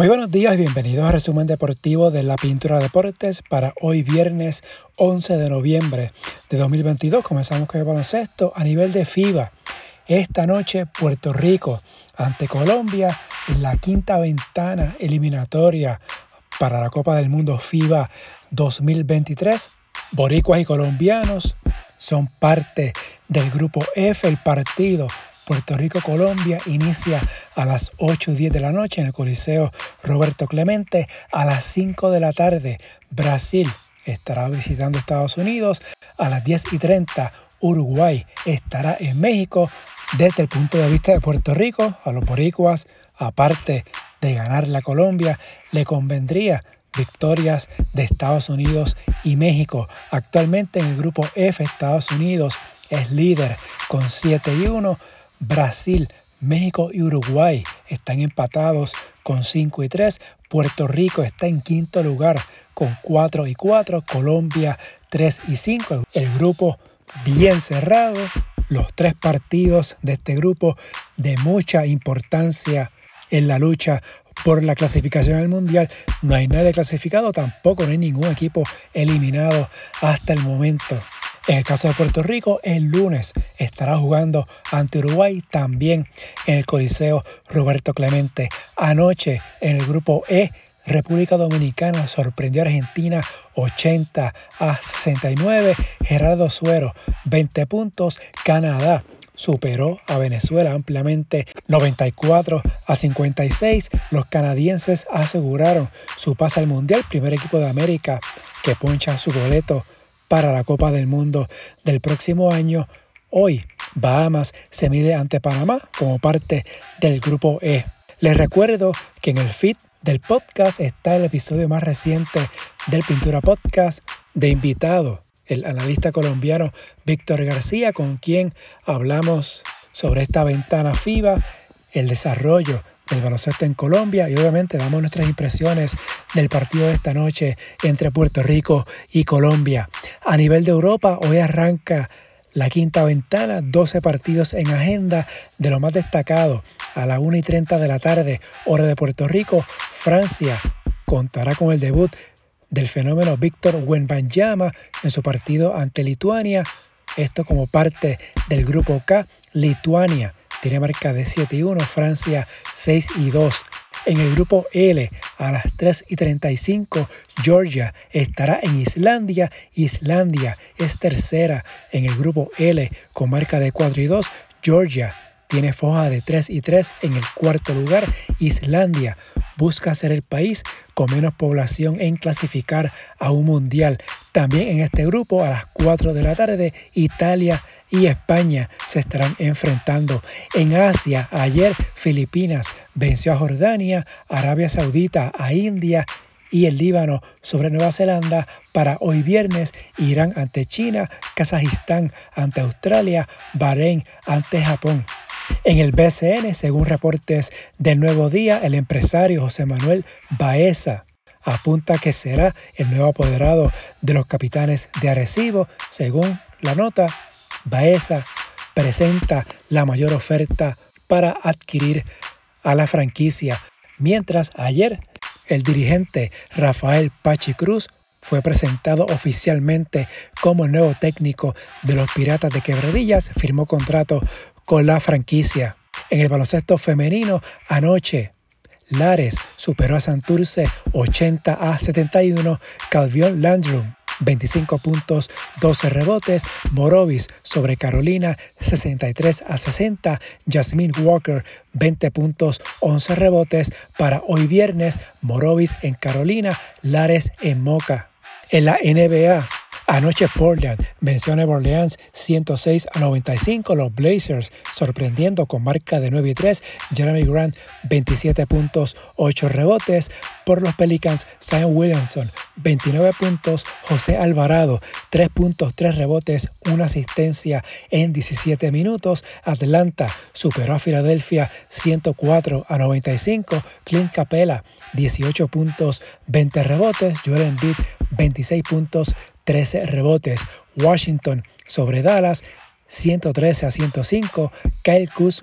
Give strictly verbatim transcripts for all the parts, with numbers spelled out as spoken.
Muy buenos días y bienvenidos al resumen deportivo de La Pintura Deportes para hoy viernes once de noviembre de dos mil veintidós. Comenzamos con el baloncesto a nivel de FIBA. Esta noche Puerto Rico ante Colombia en la quinta ventana eliminatoria para la Copa del Mundo FIBA dos mil veintitrés. Boricuas y colombianos son parte del grupo F. El partido Puerto Rico-Colombia inicia a las ocho y diez de la noche en el Coliseo Roberto Clemente. A las cinco de la tarde, Brasil estará visitando Estados Unidos. A las diez y treinta, Uruguay estará en México. Desde el punto de vista de Puerto Rico, a los boricuas, aparte de ganar la Colombia, le convendría victorias de Estados Unidos y México. Actualmente en el grupo F, Estados Unidos es líder con siete y uno. Brasil, México y Uruguay están empatados con cinco y tres. Puerto Rico está en quinto lugar con cuatro y cuatro. Colombia tres y cinco. El grupo bien cerrado. Los tres partidos de este grupo de mucha importancia en la lucha por la clasificación al Mundial. No hay nadie clasificado, tampoco no hay ningún equipo eliminado hasta el momento. En el caso de Puerto Rico, el lunes estará jugando ante Uruguay también en el Coliseo Roberto Clemente. Anoche en el grupo E, República Dominicana sorprendió a Argentina ochenta a sesenta y nueve. Gerardo Suero, veinte puntos. Canadá superó a Venezuela ampliamente noventa y cuatro a cincuenta y seis. Los canadienses aseguraron su pase al Mundial, primer equipo de América que poncha su boleto para la Copa del Mundo del próximo año. Hoy, Bahamas se mide ante Panamá como parte del grupo E. Les recuerdo que en el feed del podcast está el episodio más reciente del Pintura Podcast de invitado, el analista colombiano Víctor García, con quien hablamos sobre esta ventana FIBA, el desarrollo del baloncesto en Colombia y obviamente damos nuestras impresiones del partido de esta noche entre Puerto Rico y Colombia. A nivel de Europa, hoy arranca la quinta ventana, doce partidos en agenda. De lo más destacado, a la una y treinta de la tarde, hora de Puerto Rico, Francia contará con el debut del fenómeno Víctor Wembanyama en su partido ante Lituania. Esto como parte del grupo K. Lituania tiene marca de siete y uno, Francia seis y dos. En el grupo L, a las tres y treinta y cinco, Georgia estará en Islandia. Islandia es tercera en el grupo L con marca de cuatro y dos. Georgia tiene foja de tres y tres en el cuarto lugar. Islandia busca ser el país con menos población en clasificar a un mundial. También en este grupo, a las cuatro de la tarde, Italia y España se estarán enfrentando. En Asia, ayer Filipinas venció a Jordania, Arabia Saudita a India y el Líbano sobre Nueva Zelanda. Para hoy viernes, Irán ante China, Kazajistán ante Australia, Bahrein ante Japón. En el B C N, según reportes del Nuevo Día, el empresario José Manuel Baeza apunta que será el nuevo apoderado de los Capitanes de Arecibo. Según la nota, Baeza presenta la mayor oferta para adquirir a la franquicia. Mientras ayer, el dirigente Rafael Pachi Cruz fue presentado oficialmente como el nuevo técnico de los Piratas de Quebradillas. Firmó contrato con la franquicia. En el baloncesto femenino, anoche, Lares superó a Santurce ochenta a setenta y uno. Calvión Landrum, veinticinco puntos, doce rebotes. Morovis sobre Carolina, sesenta y tres a sesenta. Jasmine Walker, veinte puntos, once rebotes. Para hoy viernes, Morovis en Carolina, Lares en Moca. En la N B A, anoche Portland venció a Nueva Orleans ciento seis a noventa y cinco. Los Blazers sorprendiendo con marca de nueve y tres. Jeremy Grant, veintisiete puntos, ocho rebotes. Por los Pelicans, Zion Williamson, veintinueve puntos. José Alvarado, tres puntos, tres rebotes, una asistencia en diecisiete minutos. Atlanta superó a Filadelfia ciento cuatro a noventa y cinco. Clint Capela, dieciocho puntos, veinte rebotes. Joel Embiid, veintiséis puntos, trece rebotes. Washington sobre Dallas, ciento trece a ciento cinco. Kyle Kuzma,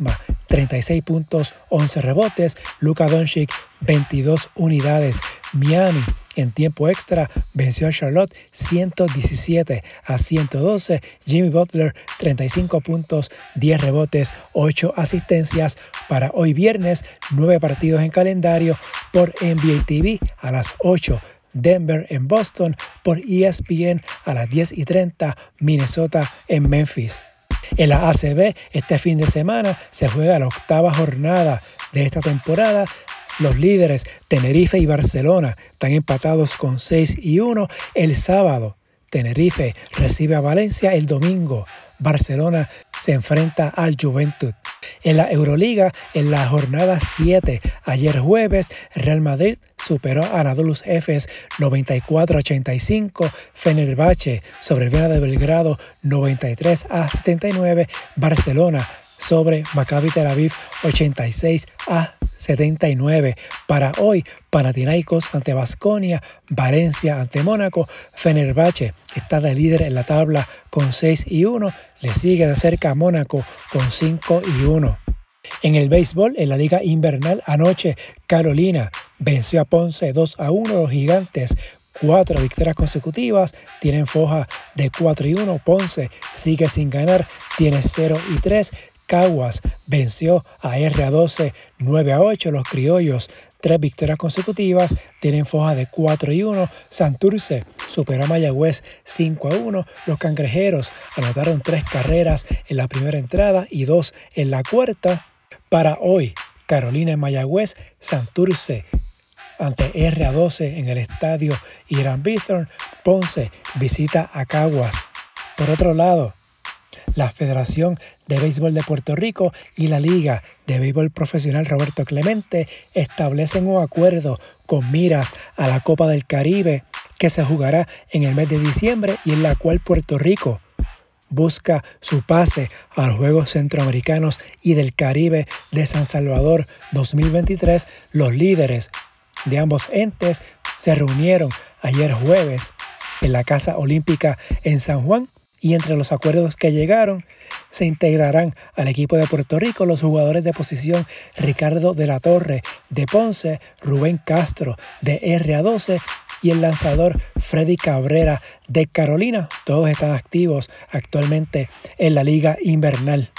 treinta y seis puntos, once rebotes. Luka Doncic, veintidós unidades. Miami, en tiempo extra, venció a Charlotte ciento diecisiete a ciento doce. Jimmy Butler, treinta y cinco puntos, diez rebotes, ocho asistencias. Para hoy viernes, nueve partidos en calendario por N B A T V a las ocho. Denver en Boston, por E S P N a las diez y treinta. Minnesota en Memphis. En la A C B, este fin de semana se juega la octava jornada de esta temporada. Los líderes Tenerife y Barcelona están empatados con seis y uno. El sábado, Tenerife recibe a Valencia. El domingo, Barcelona se enfrenta al Juventud. En la Euroliga, en la jornada siete, ayer jueves, Real Madrid superó a Anadolu Efes noventa y cuatro a ochenta y cinco. Fenerbahce sobre el Viena de Belgrado noventa y tres a setenta y nueve. Barcelona sobre Maccabi Tel Aviv ochenta y seis a setenta y nueve. Para hoy, Panathinaikos ante Baskonia, Valencia ante Mónaco. Fenerbahce está de líder en la tabla con seis y uno. Le sigue de cerca Mónaco con cinco y uno. En el béisbol, en la liga invernal, anoche Carolina venció a Ponce dos a uno. Los Gigantes, cuatro victorias consecutivas, tienen foja de cuatro y uno. Ponce sigue sin ganar, tiene cero y tres. Caguas venció a R A doce nueve a ocho. Los Criollos, tres victorias consecutivas, tienen foja de cuatro y uno. Santurce superó a Mayagüez cinco a uno. Los Cangrejeros anotaron tres carreras en la primera entrada y dos en la cuarta. Para hoy, Carolina en Mayagüez, Santurce ante R A doce en el estadio Irán Bithorn. Ponce visita a Caguas. Por otro lado, la Federación de Béisbol de Puerto Rico y la Liga de Béisbol Profesional Roberto Clemente establecen un acuerdo con miras a la Copa del Caribe que se jugará en el mes de diciembre y en la cual Puerto Rico busca su pase a los Juegos Centroamericanos y del Caribe de San Salvador dos mil veintitrés. Los líderes de ambos entes se reunieron ayer jueves en la Casa Olímpica en San Juan. Y entre los acuerdos que llegaron, se integrarán al equipo de Puerto Rico los jugadores de posición Ricardo de la Torre de Ponce, Rubén Castro de R A doce y el lanzador Freddy Cabrera de Carolina. Todos están activos actualmente en la liga invernal.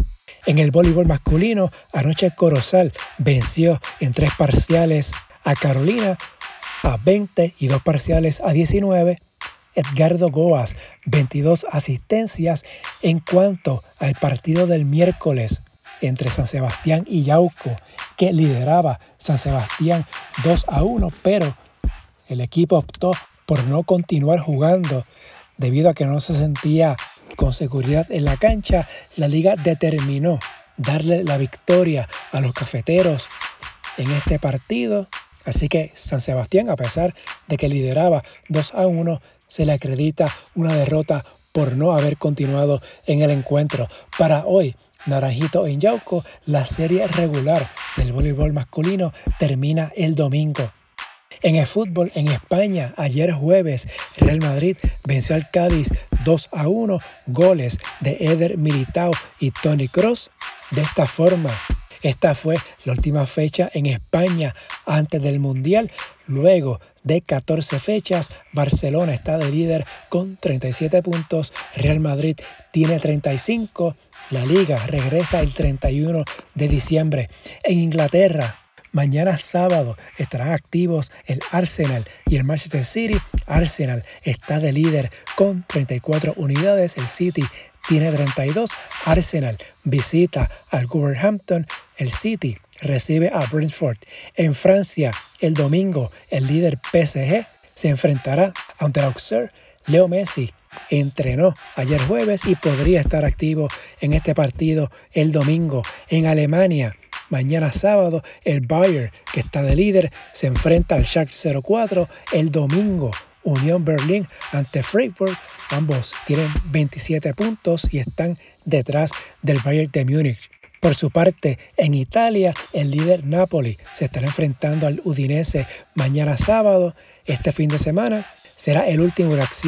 En el voleibol masculino, anoche Corozal venció en tres parciales a Carolina a veinte y dos parciales a diecinueve. Edgardo Goas, veintidós asistencias. En cuanto al partido del miércoles entre San Sebastián y Yauco, que lideraba San Sebastián dos a uno, pero el equipo optó por no continuar jugando debido a que no se sentía con seguridad en la cancha. La liga determinó darle la victoria a los cafeteros en este partido. Así que San Sebastián, a pesar de que lideraba dos a uno, se le acredita una derrota por no haber continuado en el encuentro. Para hoy, Naranjito en Yauco, la serie regular del voleibol masculino termina el domingo. En el fútbol en España, ayer jueves, Real Madrid venció al Cádiz dos a uno, goles de Eder Militao y Toni Kroos. De esta forma, esta fue la última fecha en España antes del Mundial. Luego de catorce fechas, Barcelona está de líder con treinta y siete puntos, Real Madrid tiene treinta y cinco. La Liga regresa el treinta y uno de diciembre. En Inglaterra, mañana sábado estarán activos el Arsenal y el Manchester City. Arsenal está de líder con treinta y cuatro unidades, el City tiene treinta y dos. Arsenal visita al Wolverhampton, el City recibe a Brentford. En Francia, el domingo, el líder P S G se enfrentará ante el Auxerre. Leo Messi entrenó ayer jueves y podría estar activo en este partido el domingo. En Alemania, mañana sábado, el Bayern, que está de líder, se enfrenta al Schalke cero cuatro. El domingo, Unión Berlín ante Freiburg. Ambos tienen veintisiete puntos y están detrás del Bayern de Múnich. Por su parte, en Italia, el líder Napoli se estará enfrentando al Udinese mañana sábado. Este fin de semana será el último de acción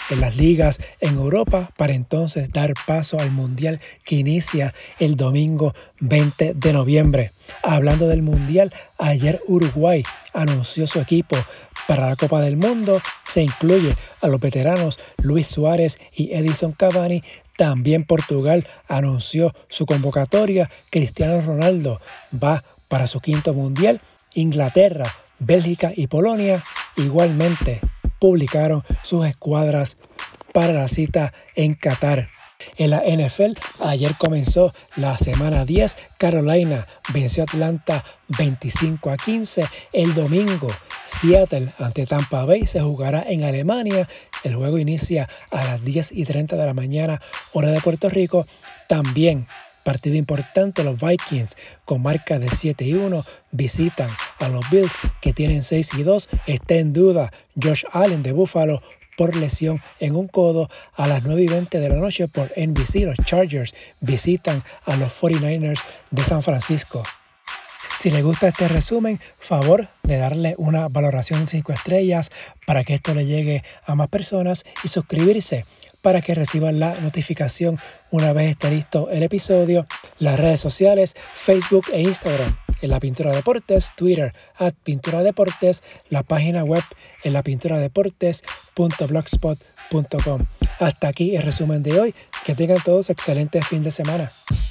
en las ligas en Europa para entonces dar paso al Mundial que inicia el domingo veinte de noviembre. Hablando del Mundial, ayer Uruguay anunció su equipo para la Copa del Mundo. Se incluye a los veteranos Luis Suárez y Edison Cavani. También Portugal anunció su convocatoria. Cristiano Ronaldo va para su quinto Mundial. Inglaterra, Bélgica y Polonia igualmente publicaron sus escuadras para la cita en Qatar. En la N F L, ayer comenzó la semana diez. Carolina venció a Atlanta veinticinco a quince. El domingo, Seattle ante Tampa Bay se jugará en Alemania. El juego inicia a las diez y treinta de la mañana, hora de Puerto Rico. También partido importante, los Vikings con marca de siete y uno visitan a los Bills que tienen seis y dos. Está en duda Josh Allen de Buffalo por lesión en un codo. A las nueve y veinte de la noche por N B C, los Chargers visitan a los cuarenta y nueve ers de San Francisco. Si les gusta este resumen, favor de darle una valoración de cinco estrellas para que esto le llegue a más personas y suscribirse para que reciban la notificación una vez esté listo el episodio. Las redes sociales, Facebook e Instagram en La Pintura Deportes, Twitter at Pintura Deportes, la página web en lapinturadeportes punto blogspot punto com. Hasta aquí el resumen de hoy. Que tengan todos excelente fin de semana.